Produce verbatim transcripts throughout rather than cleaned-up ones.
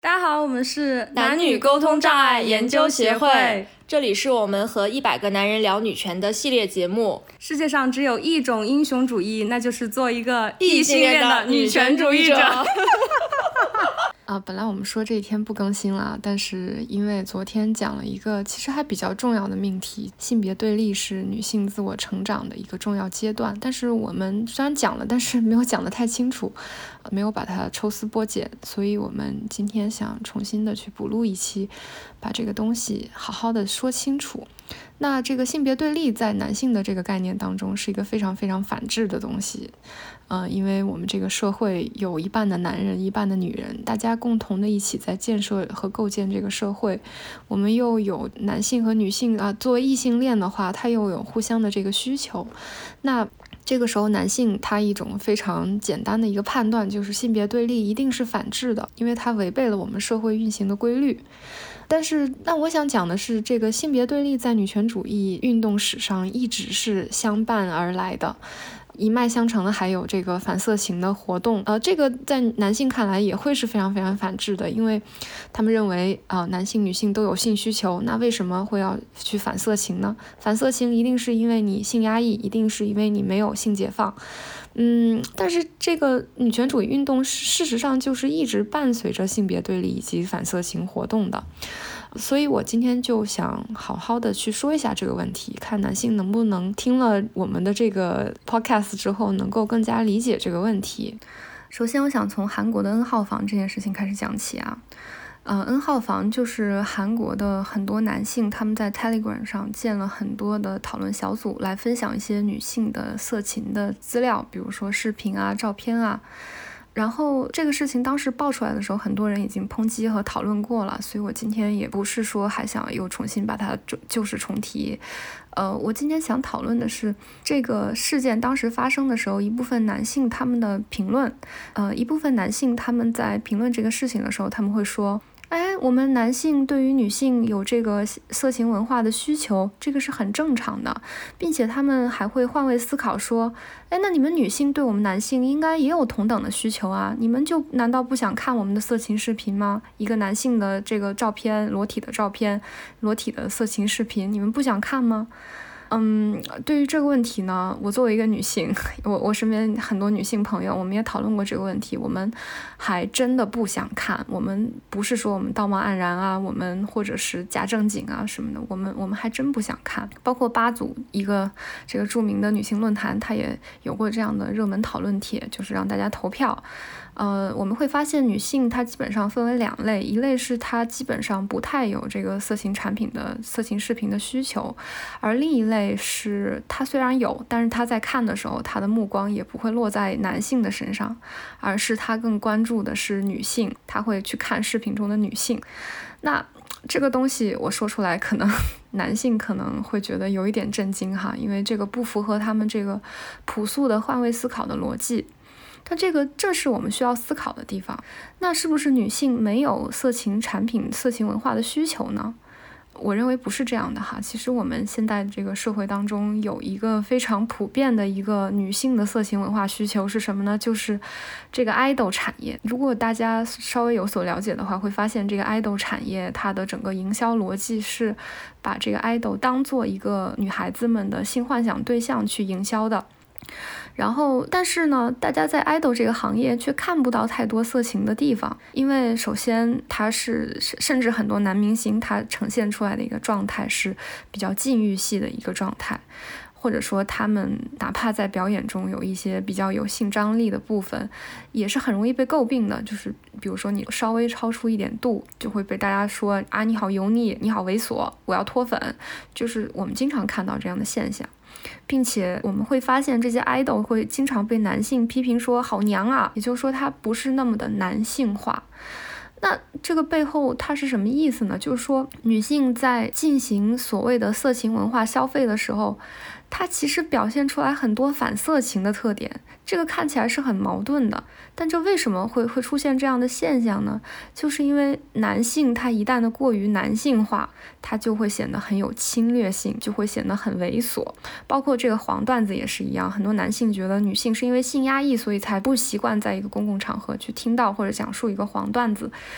大家好，我们是男女沟通障碍研究协会，这里是我们和一百个男人聊女权的系列节目。 世界上只有一种英雄主义，那就是做一个异性恋的女权主义者。 啊，本来我们说这一天不更新了，但是因为昨天讲了一个其实还比较重要的命题，性别对立是女性自我成长的一个重要阶段，但是我们虽然讲了，但是没有讲得太清楚，没有把它抽丝剥茧，所以我们今天想重新的去补录一期，把这个东西好好的说清楚。那这个性别对立在男性的这个概念当中是一个非常非常反智的东西，呃，因为我们这个社会有一半的男人，一半的女人，大家共同的一起在建设和构建这个社会。我们又有男性和女性啊，作为异性恋的话，他又有互相的这个需求。那这个时候男性他一种非常简单的一个判断就是性别对立一定是反智的，因为它违背了我们社会运行的规律。但是那我想讲的是，这个性别对立在女权主义运动史上一直是相伴而来的，一脉相承的还有这个反色情的活动，呃，这个在男性看来也会是非常非常反智的，因为他们认为啊、呃，男性女性都有性需求，那为什么会要去反色情呢？反色情一定是因为你性压抑，一定是因为你没有性解放。嗯，但是这个女权主义运动事实上就是一直伴随着性别对立以及反色情活动的，所以我今天就想好好的去说一下这个问题，看男性能不能听了我们的这个 podcast 之后能够更加理解这个问题。 首先我想从韩国的 N 号房这件事情开始讲起啊。呃 N 号房就是韩国的很多男性，他们在 Telegram 上建了很多的讨论小组，来分享一些女性的色情的资料，比如说视频啊、照片啊。然后这个事情当时爆出来的时候，很多人已经抨击和讨论过了，所以我今天也不是说还想又重新把它旧事重提。呃，我今天想讨论的是这个事件当时发生的时候，一部分男性他们的评论，呃，一部分男性他们在评论这个事情的时候，他们会说，哎，我们男性对于女性有这个色情文化的需求，这个是很正常的，并且他们还会换位思考说，哎，那你们女性对我们男性应该也有同等的需求啊，你们就难道不想看我们的色情视频吗？一个男性的这个照片，裸体的照片，裸体的色情视频，你们不想看吗？嗯，对于这个问题呢，我作为一个女性，我我身边很多女性朋友，我们也讨论过这个问题，我们还真的不想看，我们不是说我们道貌岸然啊，我们或者是假正经啊什么的，我们我们还真不想看。包括八组一个这个著名的女性论坛，它也有过这样的热门讨论帖，就是让大家投票。呃，我们会发现女性她基本上分为两类，一类是她基本上不太有这个色情产品的色情视频的需求，而另一类是她虽然有，但是她在看的时候，她的目光也不会落在男性的身上，而是她更关注的是女性，她会去看视频中的女性。那这个东西我说出来，可能男性可能会觉得有一点震惊哈，因为这个不符合他们这个朴素的换位思考的逻辑。但这个正是我们需要思考的地方。那是不是女性没有色情产品、色情文化的需求呢？我认为不是这样的哈。其实我们现在这个社会当中有一个非常普遍的一个女性的色情文化需求是什么呢？就是这个 idol 产业。如果大家稍微有所了解的话，会发现这个 idol 产业它的整个营销逻辑是把这个 idol 当做一个女孩子们的性幻想对象去营销的。然后但是呢，大家在 idol 这个行业却看不到太多色情的地方，因为首先它是甚至很多男明星他呈现出来的一个状态是比较禁欲系的一个状态，或者说他们哪怕在表演中有一些比较有性张力的部分，也是很容易被诟病的，就是比如说你稍微超出一点度，就会被大家说啊你好油腻，你好猥琐，我要脱粉，就是我们经常看到这样的现象。并且我们会发现这些 idol 会经常被男性批评说好娘啊，也就是说它不是那么的男性化。那这个背后它是什么意思呢？就是说女性在进行所谓的色情文化消费的时候，它其实表现出来很多反色情的特点，这个看起来是很矛盾的。但这为什么会会出现这样的现象呢？就是因为男性他一旦的过于男性化，他就会显得很有侵略性，就会显得很猥琐。包括这个黄段子也是一样，很多男性觉得女性是因为性压抑，所以才不习惯在一个公共场合去听到或者讲述一个黄段子。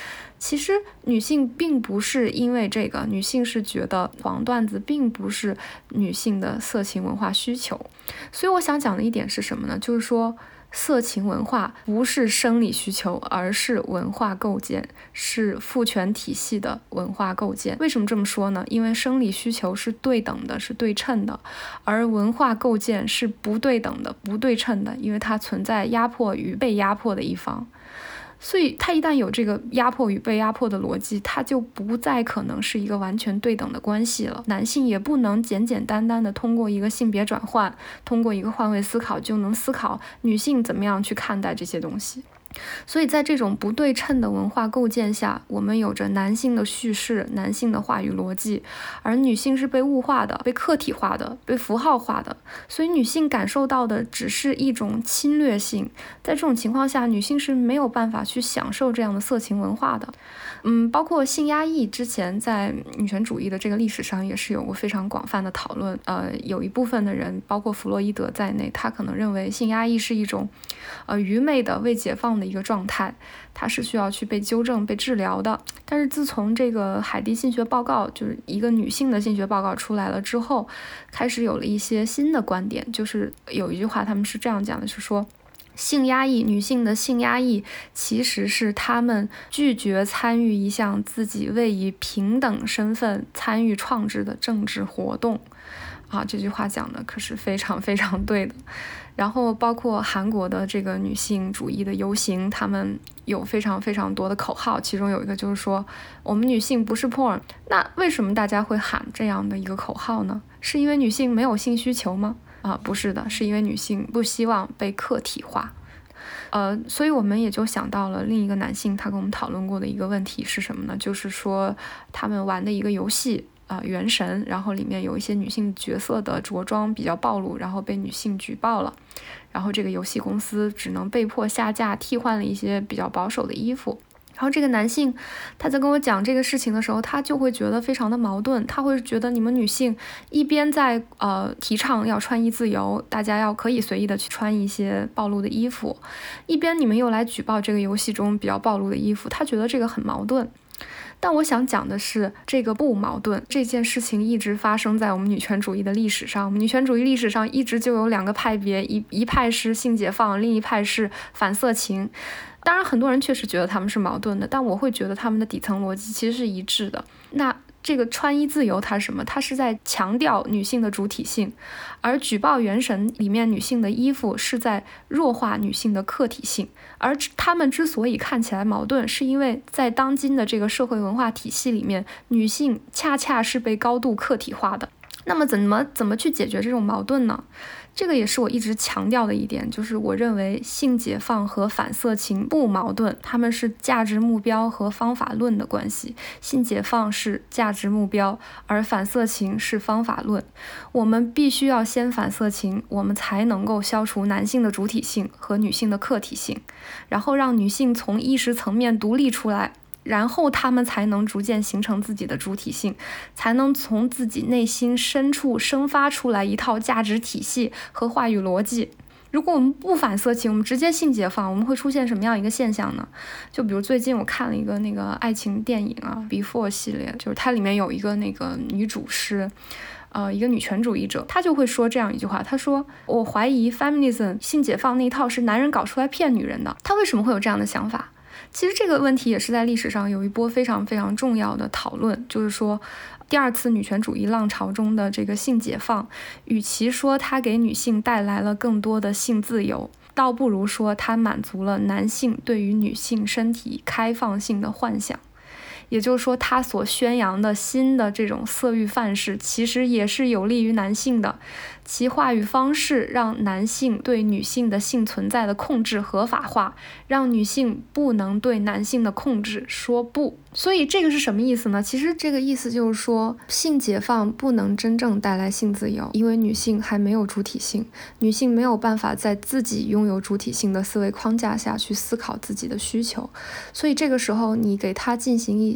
其实女性并不是因为这个，女性是觉得黄段子并不是女性的色情文化需求。所以我想讲的一点是什么呢？就是说色情文化不是生理需求，而是文化构建，是父权体系的文化构建。为什么这么说呢？因为生理需求是对等的，是对称的，而文化构建是不对等的，不对称的，因为它存在压迫与被压迫的一方。所以它一旦有这个压迫与被压迫的逻辑，它就不再可能是一个完全对等的关系了。男性也不能简简单单的通过一个性别转换，通过一个换位思考就能思考女性怎么样去看待这些东西。所以在这种不对称的文化构建下，我们有着男性的叙事，男性的话语逻辑，而女性是被物化的，被客体化的，被符号化的。所以女性感受到的只是一种侵略性，在这种情况下，女性是没有办法去享受这样的色情文化的。嗯，包括性压抑，之前在女权主义的这个历史上也是有过非常广泛的讨论。呃，有一部分的人，包括弗洛伊德在内，他可能认为性压抑是一种呃愚昧的未解放的一个状态，它是需要去被纠正、被治疗的。但是自从这个海迪性学报告，就是一个女性的性学报告出来了之后，开始有了一些新的观点，就是有一句话他们是这样讲的，是说性压抑，女性的性压抑其实是她们拒绝参与一项自己为以平等身份参与创制的政治活动啊，这句话讲的可是非常非常对的。然后包括韩国的这个女性主义的游行，他们有非常非常多的口号，其中有一个就是说我们女性不是 porn。 那为什么大家会喊这样的一个口号呢？是因为女性没有性需求吗？啊，不是的，是因为女性不希望被客体化。呃，所以我们也就想到了另一个男性他跟我们讨论过的一个问题是什么呢？就是说他们玩的一个游戏啊、呃，原神，然后里面有一些女性角色的着装比较暴露，然后被女性举报了，然后这个游戏公司只能被迫下架，替换了一些比较保守的衣服。然后这个男性他在跟我讲这个事情的时候，他就会觉得非常的矛盾，他会觉得你们女性一边在呃提倡要穿衣自由，大家要可以随意的去穿一些暴露的衣服，一边你们又来举报这个游戏中比较暴露的衣服，他觉得这个很矛盾。但我想讲的是，这个不矛盾，这件事情一直发生在我们女权主义的历史上。我们女权主义历史上一直就有两个派别，一一派是性解放，另一派是反色情。当然很多人确实觉得他们是矛盾的，但我会觉得他们的底层逻辑其实是一致的。那这个穿衣自由它是什么？它是在强调女性的主体性，而举报原神里面女性的衣服是在弱化女性的客体性。而他们之所以看起来矛盾，是因为在当今的这个社会文化体系里面，女性恰恰是被高度客体化的。那么怎么怎么去解决这种矛盾呢？这个也是我一直强调的一点，就是我认为性解放和反色情不矛盾，他们是价值目标和方法论的关系。性解放是价值目标，而反色情是方法论。我们必须要先反色情，我们才能够消除男性的主体性和女性的客体性，然后让女性从意识层面独立出来，然后他们才能逐渐形成自己的主体性，才能从自己内心深处生发出来一套价值体系和话语逻辑。如果我们不反色情，我们直接性解放，我们会出现什么样一个现象呢？就比如最近我看了一个那个爱情电影啊 Before 系列，就是它里面有一个那个女主是呃，一个女权主义者，她就会说这样一句话，她说我怀疑 feminism 性解放那一套是男人搞出来骗女人的。她为什么会有这样的想法？其实这个问题也是在历史上有一波非常非常重要的讨论，就是说第二次女权主义浪潮中的这个性解放，与其说它给女性带来了更多的性自由，倒不如说它满足了男性对于女性身体开放性的幻想。也就是说，他所宣扬的新的这种色欲范式其实也是有利于男性的，其话语方式让男性对女性的性存在的控制合法化，让女性不能对男性的控制说不。所以这个是什么意思呢？其实这个意思就是说，性解放不能真正带来性自由，因为女性还没有主体性，女性没有办法在自己拥有主体性的思维框架下去思考自己的需求。所以这个时候你给她进行一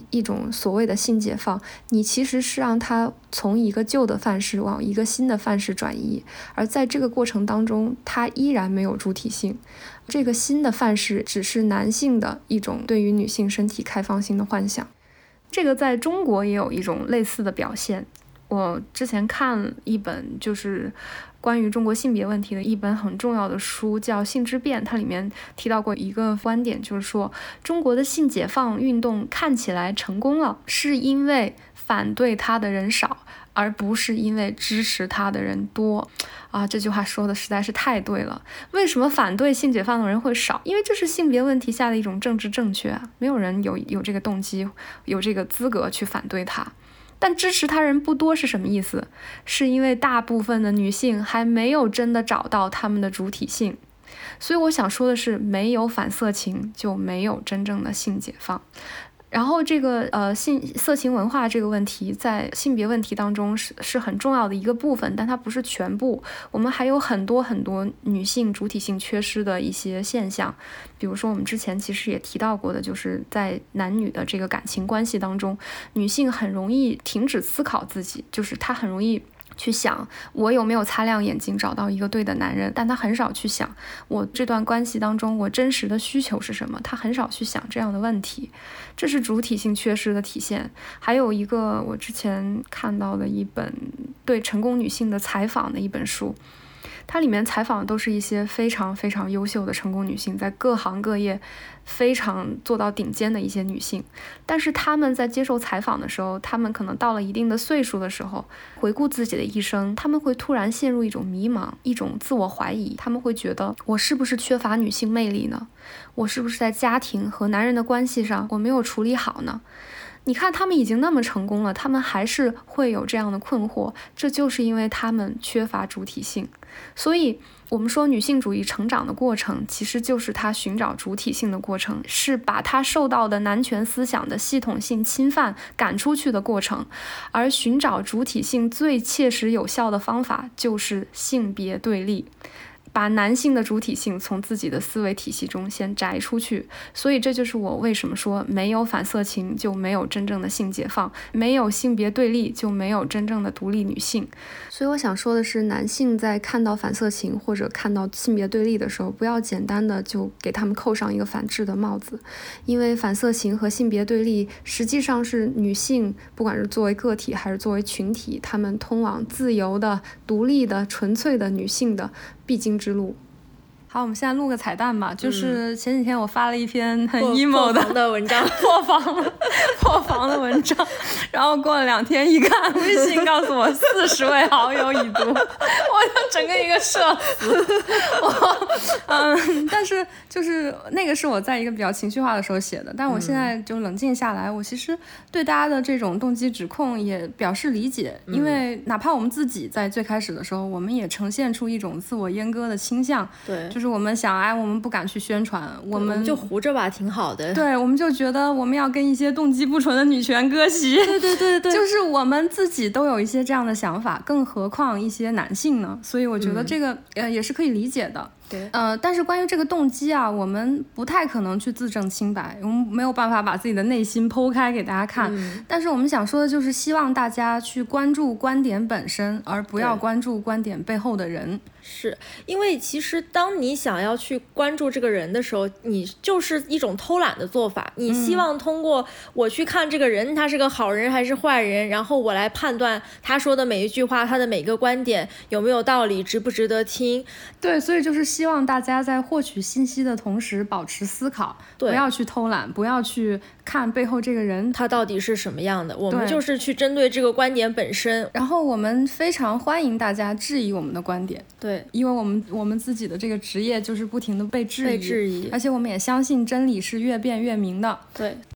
一种所谓的性解放，你其实是让他从一个旧的范式往一个新的范式转移，而在这个过程当中他依然没有主体性。这个新的范式只是男性的一种对于女性身体开放性的幻想。这个在中国也有一种类似的表现。我之前看一本就是关于中国性别问题的一本很重要的书，叫《性之变》，它里面提到过一个观点，就是说中国的性解放运动看起来成功了，是因为反对它的人少，而不是因为支持它的人多啊。这句话说的实在是太对了。为什么反对性解放的人会少？因为这是性别问题下的一种政治正确啊，没有人有有这个动机，有这个资格去反对它。但支持他人不多是什么意思？是因为大部分的女性还没有真的找到她们的主体性。所以我想说的是，没有反色情就没有真正的性解放。然后这个呃性色情文化这个问题在性别问题当中是是很重要的一个部分，但它不是全部。我们还有很多很多女性主体性缺失的一些现象，比如说我们之前其实也提到过的，就是在男女的这个感情关系当中，女性很容易停止思考自己，就是她很容易去想我有没有擦亮眼睛找到一个对的男人，但他很少去想我这段关系当中我真实的需求是什么，他很少去想这样的问题，这是主体性缺失的体现。还有一个我之前看到的一本对成功女性的采访的一本书，它里面采访的都是一些非常非常优秀的成功女性，在各行各业非常做到顶尖的一些女性，但是她们在接受采访的时候，她们可能到了一定的岁数的时候，回顾自己的一生，她们会突然陷入一种迷茫，一种自我怀疑，她们会觉得我是不是缺乏女性魅力呢？我是不是在家庭和男人的关系上我没有处理好呢？你看他们已经那么成功了，他们还是会有这样的困惑，这就是因为他们缺乏主体性。所以我们说女性主义成长的过程其实就是她寻找主体性的过程，是把她受到的男权思想的系统性侵犯赶出去的过程。而寻找主体性最切实有效的方法就是性别对立，把男性的主体性从自己的思维体系中先摘出去。所以这就是我为什么说没有反色情就没有真正的性解放，没有性别对立就没有真正的独立女性。所以我想说的是，男性在看到反色情或者看到性别对立的时候，不要简单的就给他们扣上一个反制的帽子，因为反色情和性别对立实际上是女性不管是作为个体还是作为群体，她们通往自由的、独立的、纯粹的女性的必经之路。好，我们现在录个彩蛋吧，就是前几天我发了一篇很 emo 的破防的文章， 破防破防的文章，然后过了两天一看，微信告诉我四十位好友已读，我就整个一个社死。我嗯，但是就是那个是我在一个比较情绪化的时候写的，但我现在就冷静下来，我其实对大家的这种动机指控也表示理解，因为哪怕我们自己在最开始的时候，我们也呈现出一种自我阉割的倾向， 对， 就是我们想，哎，我们不敢去宣传，我们就糊着吧，挺好的。 对，我们就觉得我们要跟一些动机不纯的女权割席。 对对对对， 就是我们自己都有一些这样的想法，更何况一些男性呢？所以我觉得这个、嗯、呃也是可以理解的。 对， 呃，但是关于这个动机啊，我们不太可能去自证清白，我们没有办法把自己的内心剖开给大家看。嗯、但是我们想说的就是，希望大家去关注观点本身，而不要关注观点背后的人。 是因为其实当你想要去关注这个人的时候，你就是一种偷懒的做法，你希望通过我去看这个人、嗯、他是个好人还是坏人，然后我来判断他说的每一句话，他的每个观点有没有道理，值不值得听。 对，所以就是希望大家在获取信息的同时保持思考，不要去偷懒，不要去看背后这个人他到底是什么样的，我们就是去针对这个观点本身。 然后我们非常欢迎大家质疑我们的观点， 对， 因为我们我们自己的这个职业就是不停的被质疑， 被质疑， 而且我们也相信真理是越辩越明的。 对。